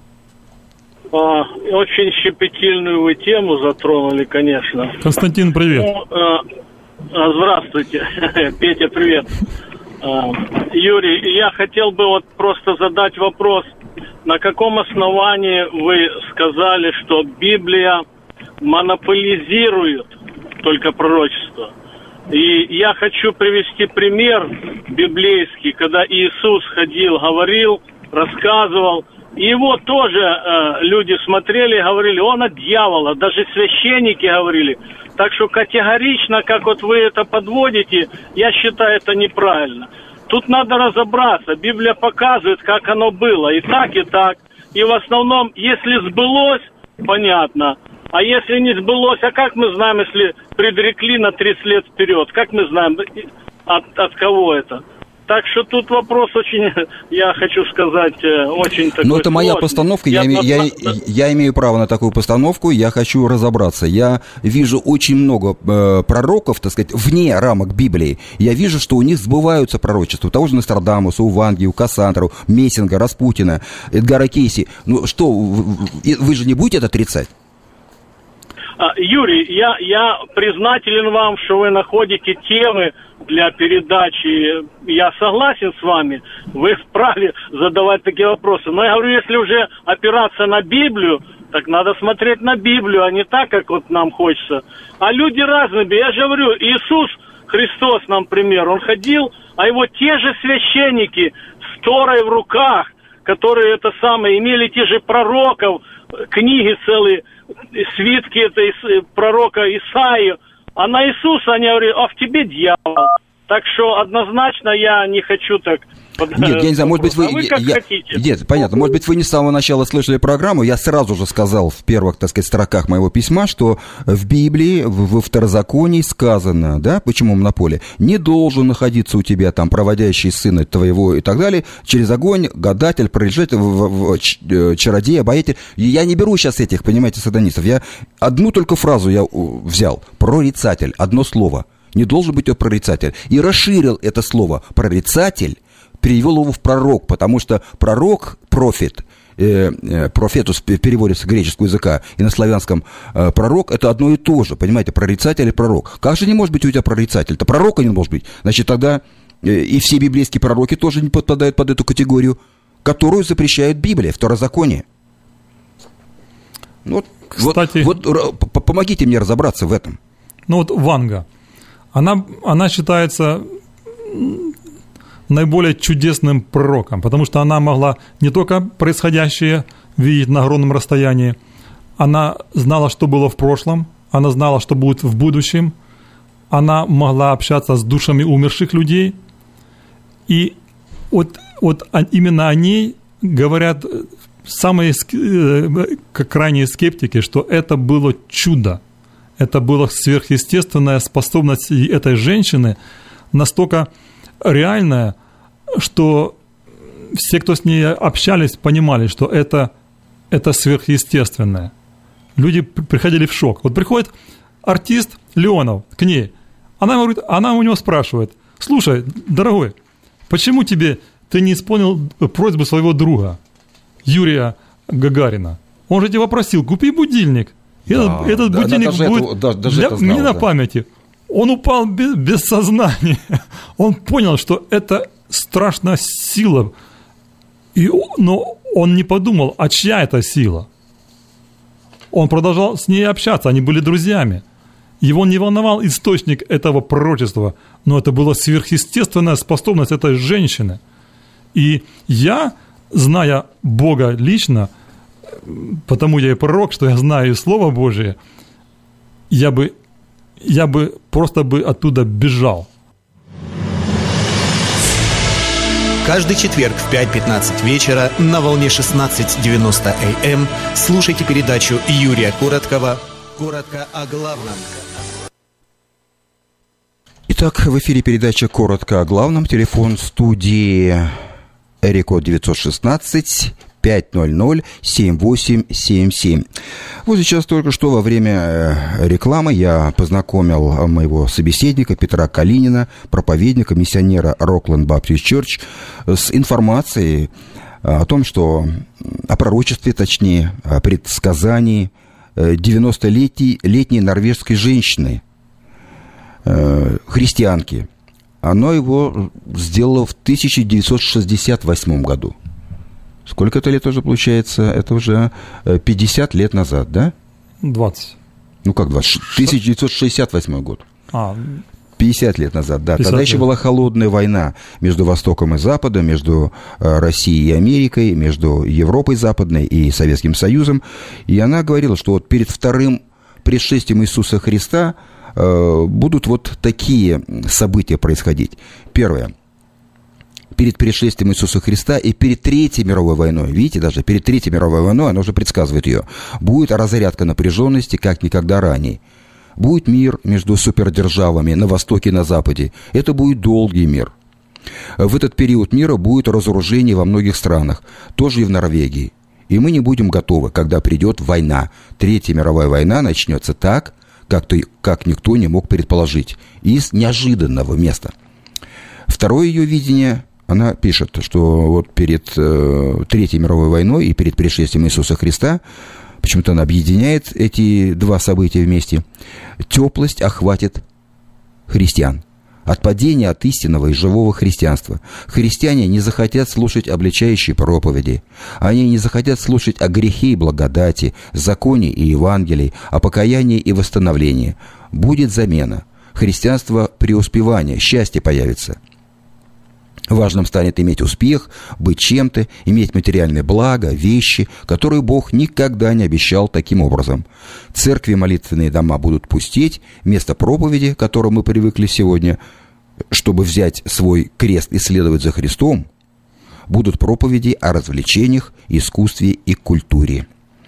А, очень щепетильную вы тему затронули, конечно. Константин, привет. Ну, а, здравствуйте. Петя, привет. А, Юрий, я хотел бы вот просто задать вопрос. На каком основании вы сказали, что Библия монополизирует только пророчество? И я хочу привести пример библейский, когда Иисус ходил, говорил, рассказывал. И его тоже э, люди смотрели и говорили, он от дьявола, даже священники говорили. Так что категорично, как вот вы это подводите, я считаю, это неправильно. Тут надо разобраться. Библия показывает, как оно было. И так, и так. И в основном, если сбылось, понятно. А если не сбылось, а как мы знаем, если предрекли на тридцать лет вперед? Как мы знаем, от, от кого это? Так что тут вопрос очень, я хочу сказать, очень такой. Но это моя сложный. постановка, я, я, име, я, я имею право на такую постановку, я хочу разобраться. Я вижу очень много э, пророков, так сказать, вне рамок Библии. Я вижу, что у них сбываются пророчества. У того же Нострадамуса, у Ванги, у Кассандры, Мессинга, Распутина, Эдгара Кейси. Ну что, вы, вы же не будете это отрицать? Юрий, я, я признателен вам, что вы находите темы для передачи. Я согласен с вами, вы вправе задавать такие вопросы. Но я говорю, если уже опираться на Библию, так надо смотреть на Библию, а не так, как вот нам хочется. А люди разные. Я же говорю, Иисус Христос нам пример. Он ходил, а его те же священники с Торой в руках, которые это самое, имели те же пророков, книги целые, свитки этой пророка Исаию, а на Иисуса они говорят, а в тебе дьявол. Так что однозначно я не хочу так... Нет, я не знаю, может быть, вы... А вы как я, хотите. Нет, понятно, может быть, вы не с самого начала слышали программу, я сразу же сказал в первых, так сказать, строках моего письма, что в Библии, в, во Второзаконии сказано, да, почему монополия, не должен находиться у тебя там проводящий сына твоего и так далее, через огонь, гадатель, прорицатель, чародей, обаятель. Я не беру сейчас этих, понимаете, сатанистов, я одну только фразу я взял, прорицатель, одно слово, не должен быть прорицатель, и расширил это слово прорицатель, перевел его в пророк, потому что пророк, профет, э, э, профетус переводится с греческого языка, и на славянском э, пророк, это одно и то же, понимаете, прорицатель и пророк. Как же не может быть у тебя прорицатель? Это пророка не может быть. Значит, тогда э, и все библейские пророки тоже не подпадают под эту категорию, которую запрещает Библия, Второзаконие. Вот, Кстати, вот, вот помогите мне разобраться в этом. Ну вот Ванга, она, она считается наиболее чудесным пророком, потому что она могла не только происходящее видеть на огромном расстоянии, она знала, что было в прошлом, она знала, что будет в будущем, она могла общаться с душами умерших людей, и вот, вот именно о ней говорят самые крайние скептики, что это было чудо, это была сверхъестественная способность этой женщины, настолько реальная, что все, кто с ней общались, понимали, что это, это сверхъестественное. Люди приходили в шок. Вот приходит артист Леонов к ней, она, говорит, она у него спрашивает: слушай, дорогой, почему тебе ты не исполнил просьбу своего друга Юрия Гагарина? Он же тебя попросил, купи будильник. Да, этот этот да, будильник даже будет это, даже, даже для, это знал, мне на да. памяти. Он упал без, без сознания. Он понял, что это страшная сила. И, но он не подумал, а чья это сила. Он продолжал с ней общаться, они были друзьями. Его не волновал источник этого пророчества, но это была сверхъестественная способность этой женщины. И я, зная Бога лично, потому я и пророк, что я знаю Слово Божие, я бы, я бы просто бы оттуда бежал. Каждый четверг в пять пятнадцать вечера на волне шестнадцать девяносто эй эм слушайте передачу Юрия Короткова «Коротко о главном». Итак, в эфире передача «Коротко о главном». Телефон студии Эрикод девятьсот шестнадцать пятьсот семь восемь семь семь. Вот сейчас только что во время рекламы я познакомил моего собеседника Петра Калинина, проповедника, миссионера Rockland Baptist Church, с информацией о том, что о пророчестве, точнее, о предсказании девяностолетней летней норвежской женщины, христианки. Оно его сделало в тысяча девятьсот шестьдесят восьмом году. Сколько это лет уже получается? Это уже пятьдесят лет назад, да? двадцать. Ну как двадцать? тысяча девятьсот шестьдесят восьмой год. А, пятьдесят лет назад, да. Тогда лет. еще была холодная война между Востоком и Западом, между Россией и Америкой, между Европой Западной и Советским Союзом. И она говорила, что вот перед вторым пришествием Иисуса Христа э, будут вот такие события происходить. Первое. Перед пришествием Иисуса Христа и перед Третьей мировой войной, видите, даже перед Третьей мировой войной, она уже предсказывает ее, будет разрядка напряженности, как никогда ранее. Будет мир между супердержавами на Востоке и на Западе. Это будет долгий мир. В этот период мира будет разоружение во многих странах, тоже и в Норвегии. И мы не будем готовы, когда придет война. Третья мировая война начнется так, как, то, как никто не мог предположить, из неожиданного места. Второе ее видение... Она пишет, что вот перед э, Третьей мировой войной и перед пришествием Иисуса Христа, почему-то она объединяет эти два события вместе, теплость охватит христиан. Отпадение от истинного и живого христианства. Христиане не захотят слушать обличающие проповеди. Они не захотят слушать о грехе и благодати, законе и Евангелии, о покаянии и восстановлении. Будет замена. Христианство преуспевания, счастье появится. Важным станет иметь успех, быть чем-то, иметь материальное благо, вещи, которые Бог никогда не обещал таким образом. Церкви и молитвенные дома будут пустеть, вместо проповеди, к которой мы привыкли сегодня, чтобы взять свой крест и следовать за Христом, будут проповеди о развлечениях, искусстве и культуре.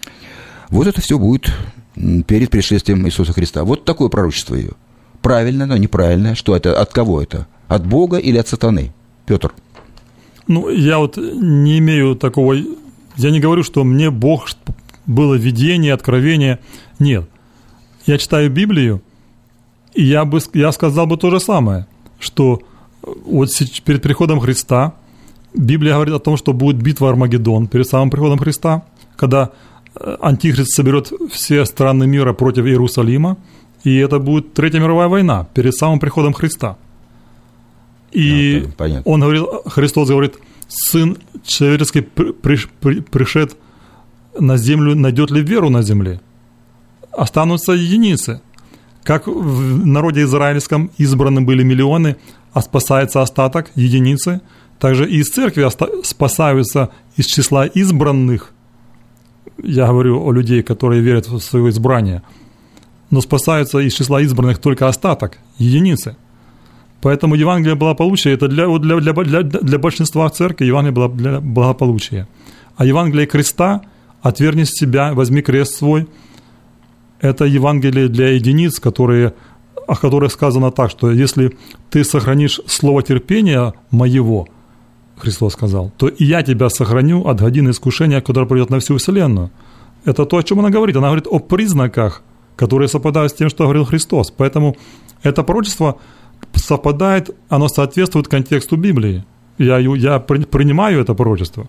Вот это все будет перед пришествием Иисуса Христа. Вот такое пророчество ее. Правильное, но неправильное. Что это? От кого это? От Бога или от сатаны? Петр. Ну, я вот не имею такого... Я не говорю, что мне Бог было видение, откровение. Нет. Я читаю Библию, и я, бы, я сказал бы то же самое, что вот перед приходом Христа Библия говорит о том, что будет битва Армагеддон перед самым приходом Христа, когда Антихрист соберет все страны мира против Иерусалима, и это будет Третья мировая война перед самым приходом Христа. И да, он говорит, Христос говорит, Сын человеческий при, при, пришед на землю, найдет ли веру на земле? Останутся единицы. Как в народе израильском избраны были миллионы, а спасается остаток, единицы, также и из церкви спасаются из числа избранных. Я говорю о людей, которые верят в свое избрание. Но спасаются из числа избранных только остаток, единицы. Поэтому Евангелие благополучия – это для, для, для, для, для большинства церкви Евангелие было для благополучия. А Евангелие креста – отвергни себя, возьми крест свой – это Евангелие для единиц, которые, о которых сказано так, что если ты сохранишь слово терпения моего, Христос сказал, то и я тебя сохраню от годины искушения, которое придет на всю вселенную. Это то, о чем она говорит. Она говорит о признаках, которые совпадают с тем, что говорил Христос. Поэтому это пророчество совпадает, оно соответствует контексту Библии. Я, я принимаю это пророчество.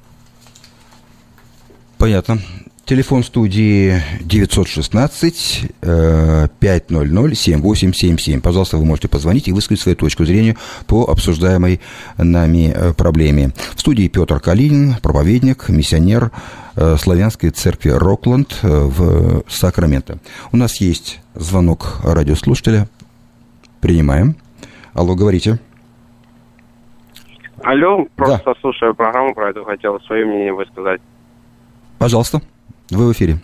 Понятно. Телефон студии девятьсот шестнадцать пятьсот семь восемь семь семь. Пожалуйста, вы можете позвонить и высказать свою точку зрения по обсуждаемой нами проблеме. В студии Петр Калинин, проповедник, миссионер славянской церкви Рокленд в Сакраменто. У нас есть звонок радиослушателя. Принимаем. Алло, говорите. Алло, просто да. слушаю программу, про это хотел свое мнение высказать. Пожалуйста, вы в эфире.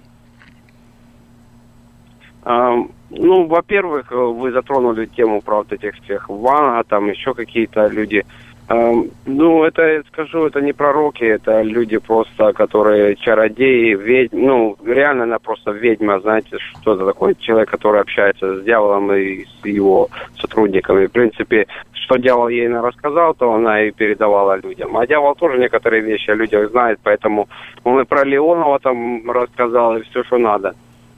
А, ну, во-первых, вы затронули тему про вот этих всех Ванга, там еще какие-то люди. А, ну, это, я скажу, это не пророки, это люди просто, которые чародеи, ведьмы. Ну, реально она просто ведьма, знаете, что это такое человек, который общается с дьяволом и с его сотрудниками. В принципе, что дьявол ей рассказал, то она и передавала людям. А дьявол тоже некоторые вещи о людях знает, поэтому он и про Леонова там рассказал, и все, что надо.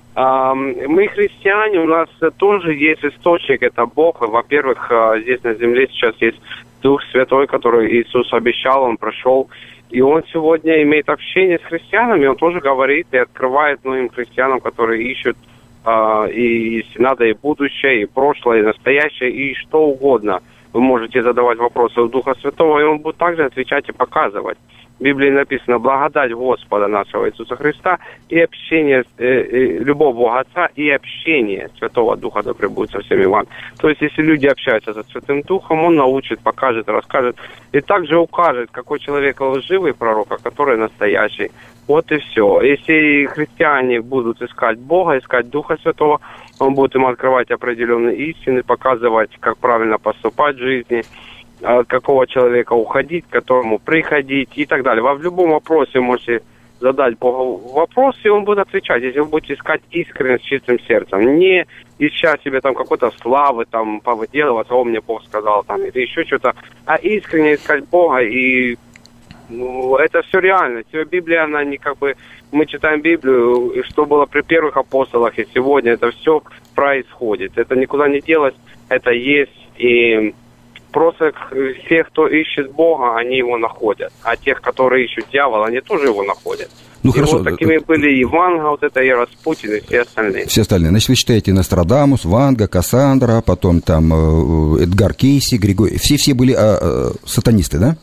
А, мы христиане, у нас тоже есть источник, это Бог. Во-первых, здесь на земле сейчас есть Дух Святой, который Иисус обещал, Он прошел. И Он сегодня имеет общение с христианами, Он тоже говорит и открывает многим христианам, которые ищут а, и, если надо, и будущее, и прошлое, и настоящее, и что угодно. Вы можете задавать вопросы у Духа Святого, и Он будет также отвечать и показывать. В Библии написано: благодать Господа нашего Иисуса Христа и общение, э, э, любовь Бога Отца и общение Святого Духа да пребудет со всеми вами. То есть, если люди общаются со Святым Духом, Он научит, покажет, расскажет и также укажет, какой человек лживый пророк, а который настоящий. Вот и все. Если христиане будут искать Бога, искать Духа Святого, Он будет им открывать определенные истины, показывать, как правильно поступать в жизни, от какого человека уходить, к которому приходить и так далее. Вы в любом вопросе можете задать Богу вопрос, и Он будет отвечать, если вы будете искать искренность с чистым сердцем, не ища себе там какой-то славы, там, повыделываться, о, мне Бог сказал, там, или еще что-то, а искренне искать Бога, и ну, это все реально. Библия, она не как бы... Мы читаем Библию, и что было при первых апостолах, и сегодня это все происходит. Это никуда не делось, это есть, и просто все, кто ищет Бога, они его находят. А тех, которые ищут дьявола, они тоже его находят. Ну, и хорошо. вот такими были и Ванга, вот это, и Распутин, и все остальные. Все остальные. Значит, вы считаете Нострадамус, Ванга, Кассандра, потом там э, Эдгар Кейси, Григорий. Все-все были э, э, сатанисты, да?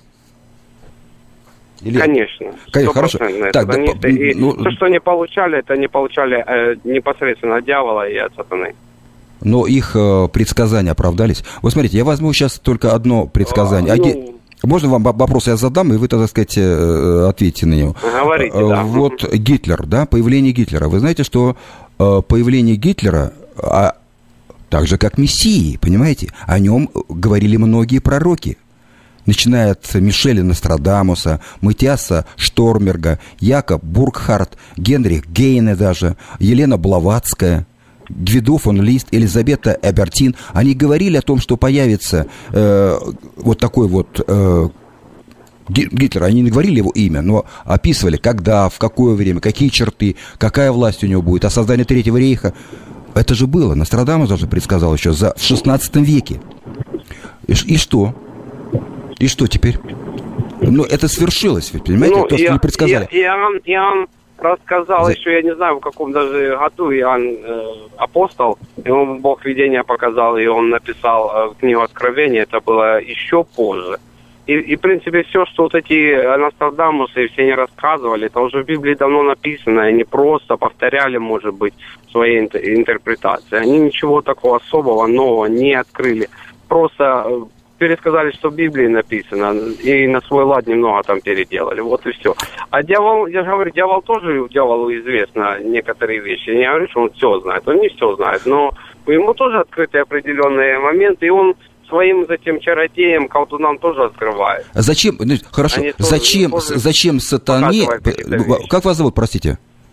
Или... Конечно. Конечно, хорошо. Так, да, и ну... то, что они получали, это они получали э, непосредственно от дьявола и от сатаны. Но их э, предсказания оправдались. Вот смотрите, я возьму сейчас только одно предсказание. А, ну... Аги... Можно вам вопрос я задам, и вы, так сказать, э, ответите на него? Говорите, э, да. Вот Гитлер, да, появление Гитлера. Вы знаете, что э, появление Гитлера, а, так же как Мессии, понимаете, о нем говорили многие пророки. Начиная от Мишеля Нострадамуса, Матиаса Штормберга, Якоб Буркхарт, Генрих Гейне даже, Елена Блаватская, Гвидо фон Лист, Елизавета Эбертин. Они говорили о том, что появится э, вот такой вот э, Гитлер. Они не говорили его имя, но описывали, когда, в какое время, какие черты, какая власть у него будет, о создании Третьего рейха. Это же было. Нострадамус даже предсказал еще за, в шестнадцатом веке. И, и что? И что теперь? Ну, это свершилось, вы понимаете? Ну, то, что и, не предсказали. И, Иоанн, Иоанн рассказал За... еще, я не знаю, в каком даже году Иоанн э, апостол, ему Бог видение показал, и он написал э, книгу Откровения, это было еще позже. И, и, в принципе, все, что вот эти Нострадамусы все не рассказывали, это уже в Библии давно написано, и они просто повторяли, может быть, свои интерпретации. Они ничего такого особого, нового не открыли. Просто... пересказали, что в Библии написано, и на свой лад немного там переделали, вот и все. А дьявол, я же говорю, дьявол тоже, дьяволу известно некоторые вещи. Я не говорю, что он все знает, он не все знает, но ему тоже открыты определенные моменты, и он своим затем чародеям, колдунам тоже открывает. А зачем, ну, хорошо, Они зачем, тоже зачем сатане, как вас зовут, простите?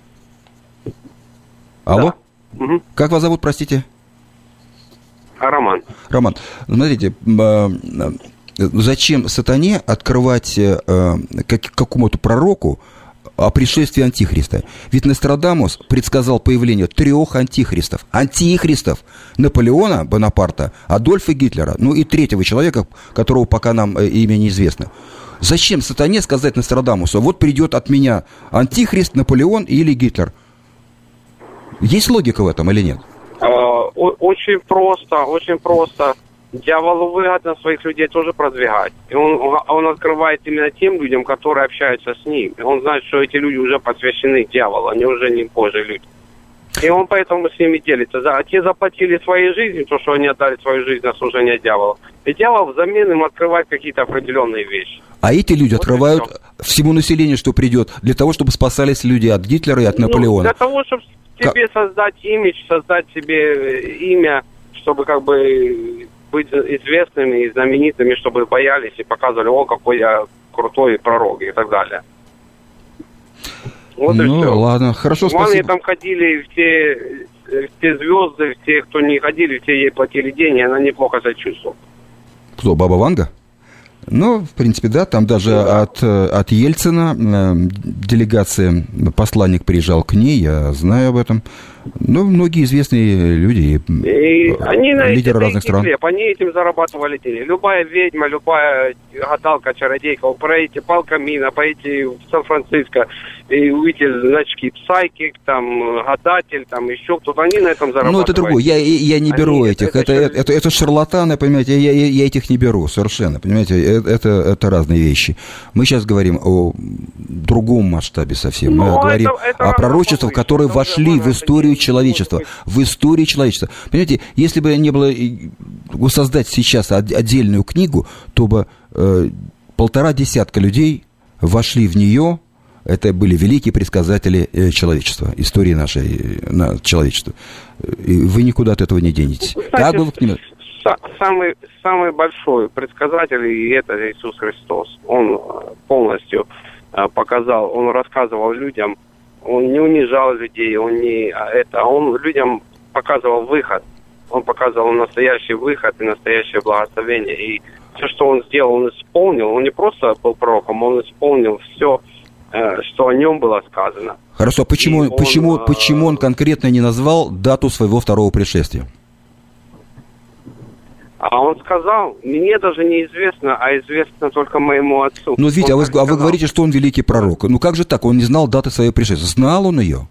Алло? Да. Угу. Как вас зовут, простите? Роман. Роман, смотрите, зачем сатане открывать какому-то пророку о пришествии Антихриста? Ведь Нострадамус предсказал появление трех антихристов. Антихристов Наполеона Бонапарта, Адольфа Гитлера, ну и третьего человека, которого пока нам имя неизвестно. Зачем сатане сказать Нострадамусу: вот придет от меня Антихрист, Наполеон или Гитлер? Есть логика в этом или нет? Очень просто, очень просто. Дьяволу выгодно своих людей тоже продвигать. И он, он открывает именно тем людям, которые общаются с ним. И он знает, что эти люди уже посвящены дьяволу, они уже не Божьи люди. И он поэтому с ними делится. А те заплатили своей жизнью, то, что они отдали свою жизнь на служение дьяволу. И дьявол взамен им открывает какие-то определенные вещи. А эти люди вот открывают всему населению, что придет, для того, чтобы спасались люди от Гитлера и от Наполеона. Ну, для того, чтобы себе как... создать имидж, создать себе имя, чтобы как бы быть известными и знаменитыми, чтобы боялись и показывали, о, какой я крутой пророк и так далее. Вот ну, ладно, хорошо, спасибо. Ванны там ходили все, все звезды, все, кто не ходили, все ей платили деньги, она неплохо себя чувствовала. Кто, Баба Ванга? Ну, в принципе, да, там даже да. От, от Ельцина делегация, посланник приезжал к ней, я знаю об этом. Ну, многие известные люди, и они лидеры разных стран. Хлеб, они этим зарабатывали деньги. Любая ведьма, любая гадалка, чародейка, поедете Палкамина, поедете в Сан-Франциско, и увидите значки псайкик, там, гадатель, там, еще кто-то, они на этом зарабатывают. Ну, это другое, я, я не беру они, этих, это, это, это, это шарлатаны, понимаете, я, я, я этих не беру совершенно, понимаете, это, это, это разные вещи. Мы сейчас говорим о другом масштабе совсем, мы ну, говорим это, это о пророчествах, которые вошли в историю человечества, в историю человечества. Понимаете, если бы не было создать сейчас отдельную книгу, то бы э, полтора десятка людей вошли в нее. Это были великие предсказатели человечества, истории нашей на, человечества. И вы никуда от этого не денетесь. Кстати, как бы вы к ним... самый, самый большой предсказатель, и это Иисус Христос. Он полностью показал, он рассказывал людям, он не унижал людей, он не это, он людям показывал выход. Он показывал настоящий выход и настоящее благословение. И все, что он сделал, он исполнил. Он не просто был пророком, он исполнил все, что о нем было сказано. Хорошо, а почему, он, почему, почему он конкретно не назвал дату своего второго пришествия? А он сказал, мне даже неизвестно, а известно только моему отцу. Ну, видите, а вы, а вы говорите, что он великий пророк. Ну, как же так? Он не знал даты своего пришествия. Знал он ее?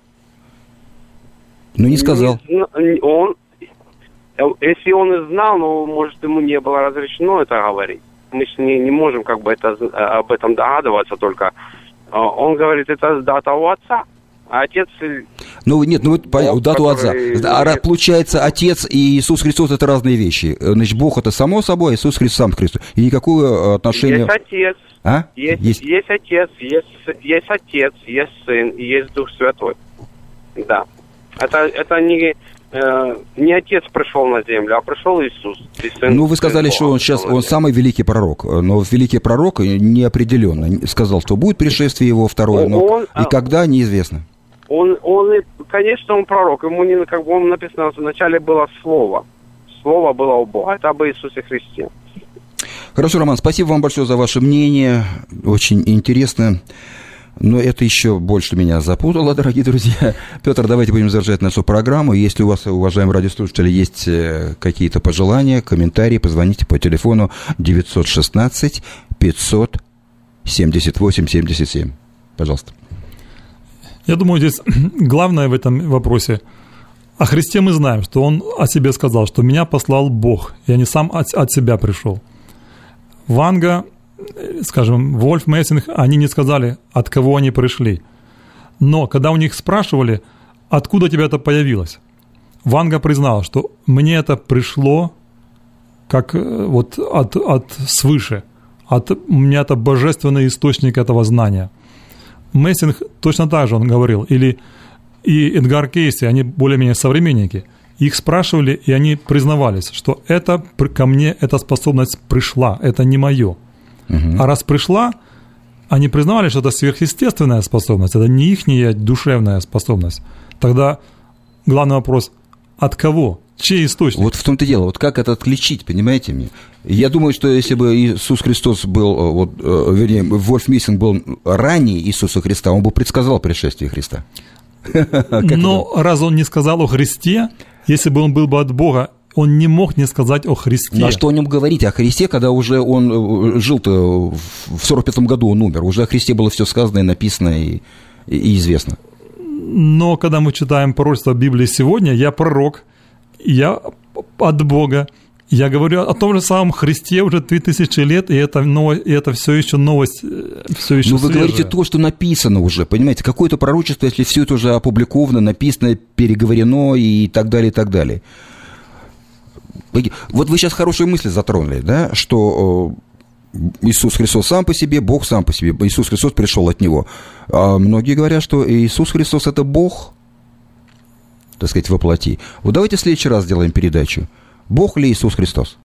Ну, не сказал. Не, он, если он и знал, ну, может, ему не было разрешено это говорить. Мы не, не можем как бы это, об этом догадываться только. Он говорит, это дата у отца. А отец... Ну, нет, ну, вот Бог, дату отца. А получается, отец и Иисус Христос – это разные вещи. Значит, Бог – это само собой, а Иисус Христос – сам Христос. И никакое отношение... Есть отец. А? Есть, есть. есть отец, есть, есть отец, есть сын, и есть Дух Святой. Да. Это, это не... Не отец пришел на землю, а пришел Иисус. Сын, ну, вы сказали, что он сейчас он самый великий пророк, но великий пророк неопределенно сказал, что будет пришествие его второе, но он, и когда, неизвестно. Он, он, конечно, он пророк, ему не, как бы он написано, вначале было Слово. Слово было у Бога, это об Иисусе Христе. Хорошо, Роман, спасибо вам большое за ваше мнение, очень интересно. Но это еще больше меня запутало, дорогие друзья. Петр, давайте будем завершать нашу программу. Если у вас, уважаемые радиослушатели, есть какие-то пожелания, комментарии, позвоните по телефону девятьсот шестнадцать пятьсот семьдесят восемь семьдесят семь. Пожалуйста. Я думаю, здесь главное в этом вопросе. О Христе мы знаем, что Он о себе сказал, что меня послал Бог, я не сам от, от себя пришел. Ванга... Скажем, Вольф, Мессинг, они не сказали, от кого они пришли. Но когда у них спрашивали, откуда тебе это появилось, Ванга признал, что мне это пришло как вот от, от свыше, от, у меня это божественный источник этого знания. Мессинг точно так же он говорил, или и Эдгар Кейси, они более-менее современники, их спрашивали, и они признавались, что это ко мне эта способность пришла, это не мое. Uh-huh. А раз пришла, они признавали, что это сверхъестественная способность, это не ихняя душевная способность. Тогда главный вопрос, от кого? Чей источник? Вот в том-то и дело, вот как это отличить, понимаете мне? Я думаю, что если бы Иисус Христос был, вот, вернее, Вольф Мессинг был ранее Иисуса Христа, он бы предсказал пришествие Христа. Но раз он не сказал о Христе, если бы он был бы от Бога, он не мог не сказать о Христе. Ну, а что о нем говорить, о Христе, когда уже он жил-то в сорок пятом году, он умер. Уже о Христе было все сказано и написано, и, и известно. Но когда мы читаем пророчество Библии сегодня, я пророк, я от Бога, Я говорю о том же самом Христе уже три тысячи лет, и это, новость, и это все еще новость, все еще Но вы свежая. говорите то, что написано уже, понимаете, какое-то пророчество, если все это уже опубликовано, написано, переговорено и так далее, и так далее. Вот вы сейчас хорошие мысли затронули, да, что Иисус Христос сам по себе, Бог сам по себе, Иисус Христос пришел от Него. А многие говорят, что Иисус Христос – это Бог, так сказать, во плоти. Вот давайте в следующий раз сделаем передачу. Бог ли Иисус Христос?